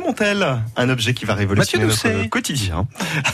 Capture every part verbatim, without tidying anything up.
Montel, un objet qui va révolutionner Mathieu notre Doucet. quotidien.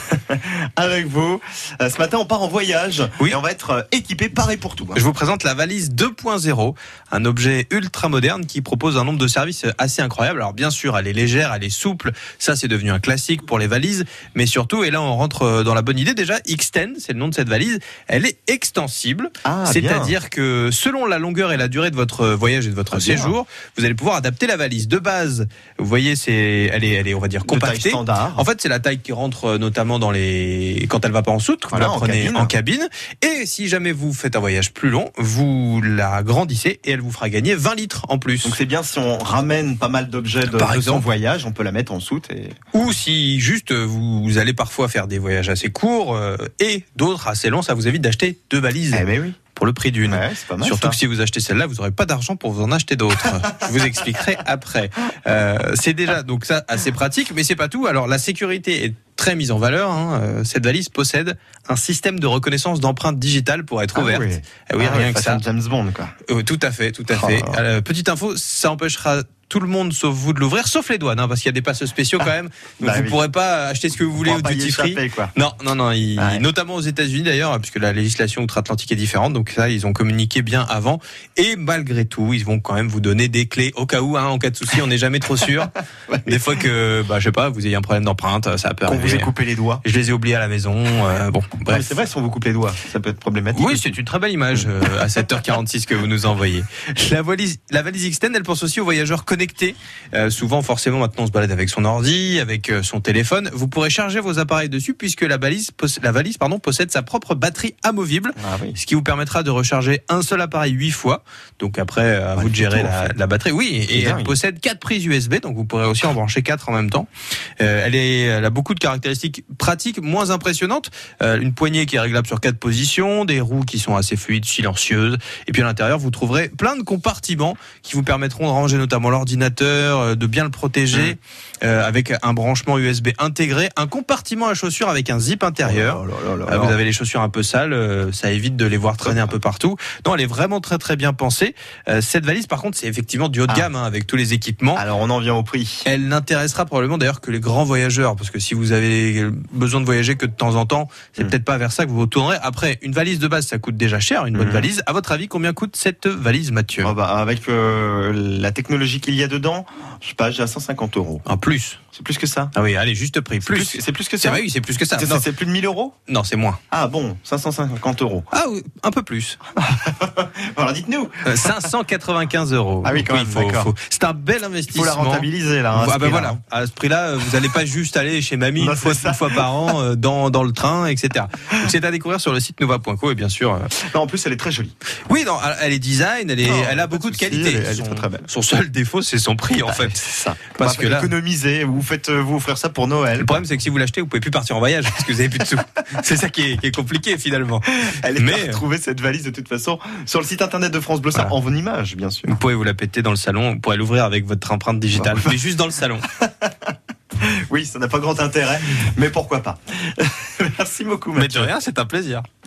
Avec vous, euh, ce matin on part en voyage Oui. et on va être euh, équipé pareil pour tout. hein. Je vous présente la valise deux point zéro, un objet ultra moderne qui propose un nombre de services assez incroyable. Alors bien sûr, elle est légère, elle est souple, ça c'est devenu un classique pour les valises, mais surtout, et là on rentre dans la bonne idée déjà, Xtend, c'est le nom de cette valise, elle est extensible, Ah, c'est-à-dire que selon la longueur et la durée de votre voyage et de votre Ah, bien. séjour, vous allez pouvoir adapter la valise. De base, vous voyez, c'est, elle est, elle est, on va dire, De taille compactée. standard. En fait, c'est la taille qui rentre notamment dans les, quand elle va pas en soute, Voilà, vous la en prenez cabine. en cabine. Et si jamais vous faites un voyage plus long, vous la grandissez et elle vous fera gagner vingt litres en plus. Donc c'est bien si on ramène pas mal d'objets de, Par de son exemple. voyage, on peut la mettre en soute. Et... Ou si juste vous, vous allez parfois faire des voyages assez courts euh, et d'autres assez longs, ça vous évite d'acheter deux valises Eh ben oui. pour le prix d'une. Ouais, c'est pas mal. Surtout ça. que si vous achetez celle-là, vous n'aurez pas d'argent pour vous en acheter d'autres. Je vous expliquerai après. Euh, c'est déjà donc ça assez pratique, mais c'est pas tout. Alors la sécurité est très mise en valeur. Hein. Euh, Cette valise possède un système de reconnaissance d'empreintes digitales pour être Ah ouverte. oui, Ah oui, Ah rien ouais, que façon ça. James Bond, quoi. Euh, tout à fait, tout à Oh fait. là là. Euh, petite info, ça empêchera tout le monde sauf vous de l'ouvrir, sauf les douanes, hein, parce qu'il y a des passes spéciaux quand même. Donc Bah vous oui. pourrez pas acheter ce que vous voulez On au pourra pas y duty free. échapper, quoi. Non, non, non. il- Ouais. Notamment aux États-Unis d'ailleurs, puisque la législation outre-Atlantique est différente. Donc ça, ils ont communiqué bien avant. Et malgré tout, ils vont quand même vous donner des clés au cas où, hein, en cas de souci. On n'est jamais trop sûr. Ouais. Des fois que, bah, je sais pas, vous ayez un problème d'empreinte, ça peut Qu'on vous arriver. ait coupé les doigts. Je les ai oubliés à la maison. euh, bon, Ouais, bref. c'est vrai, si on vous coupe les doigts, ça peut être problématique. Oui, aussi. c'est une très belle image euh, à sept heures quarante-six que vous nous envoyez. La valise, la valise Xtend, elle pense aussi aux voyageurs connectés. Euh, souvent, forcément, maintenant, on se balade avec son ordi, avec euh, son téléphone. Vous pourrez charger vos appareils dessus puisque la valise, pos- la valise, pardon, possède sa propre batterie amovible, Ah oui. ce qui vous permettra de recharger un seul appareil huit fois. Donc après, à Ouais, vous de c'est gérer tout, en la, fait. la batterie. Oui, et C'est elle dingue. possède quatre prises U S B, donc vous pourrez aussi en brancher quatre en même temps. Euh, elle, est, elle a beaucoup de caractéristiques pratiques, moins impressionnantes. Euh, une poignée qui est réglable sur quatre positions, des roues qui sont assez fluides, silencieuses. Et puis à l'intérieur, vous trouverez plein de compartiments qui vous permettront de ranger notamment l'ordinateur, euh, de bien le protéger, euh, avec un branchement U S B intégré, un compartiment à chaussures avec un zip intérieur. Oh là là là Euh, là. Vous avez les chaussures un peu sales, euh, ça évite de les voir traîner un peu partout. Non, elle est vraiment très très bien pensée. Euh, cette valise, par contre, c'est effectivement du haut de Ah. gamme, hein, avec tous les équipements. Alors on en vient au prix. Elle n'intéressera probablement d'ailleurs que les grands voyageurs, parce que si vous avez besoin de voyager que de temps en temps, c'est Mm. peut-être pas vers ça que vous vous tournerez. Après, une valise de base, ça coûte déjà cher, une bonne Mm. valise. À votre avis, combien coûte cette valise, Mathieu? Oh bah, avec euh, la technologie qu'il y a dedans, je sais pas, j'ai à cent cinquante euros. En plus. C'est plus que ça. Ah oui, allez, juste prix. C'est Plus. plus, c'est plus que C'est ça. vrai, oui, c'est plus que ça. C'est- Non, C'est plus de mille euros. non, c'est moins. Ah bon, cinq cent cinquante euros. Ah oui, un peu plus. Alors dites-nous. Euh, cinq cent quatre-vingt-quinze euros. Ah oui, quand même, faut, d'accord. faut- C'est un bel Il investissement. faut la rentabiliser là. hein, à ce Ah ben prix-là, voilà, hein. à ce prix-là, vous n'allez pas juste aller chez mamie Non, une fois, c'est ça. une fois par an euh, dans, dans le train, et cetera. Donc c'est à découvrir sur le site nova point co et bien sûr. euh, Non, en plus, elle est très jolie. Oui, non, elle- elle est design, elle, est, Non, elle a pas de beaucoup de souci, qualité. elle est- elle est son, très, très belle. son seul défaut, c'est son prix en fait. C'est ça. Parce Bah, que là- économisez, vous faites euh, vous offrir ça pour Noël. Le problème, c'est que si vous l'achetez, vous pouvez plus partir en voyage parce que vous avez plus de sous. C'est ça qui est, qui est compliqué finalement. Elle est Mais- à retrouver cette valise de toute façon sur le site internet de France Bleu, ça Voilà. en vos images, bien sûr. Vous pouvez vous la péter dans le salon, vous pourrez l'ouvrir avec votre empreinte digitale, mais juste dans le salon. Oui, ça n'a pas grand intérêt, mais pourquoi pas. Merci beaucoup, Mais de Mathieu. rien, c'est un plaisir.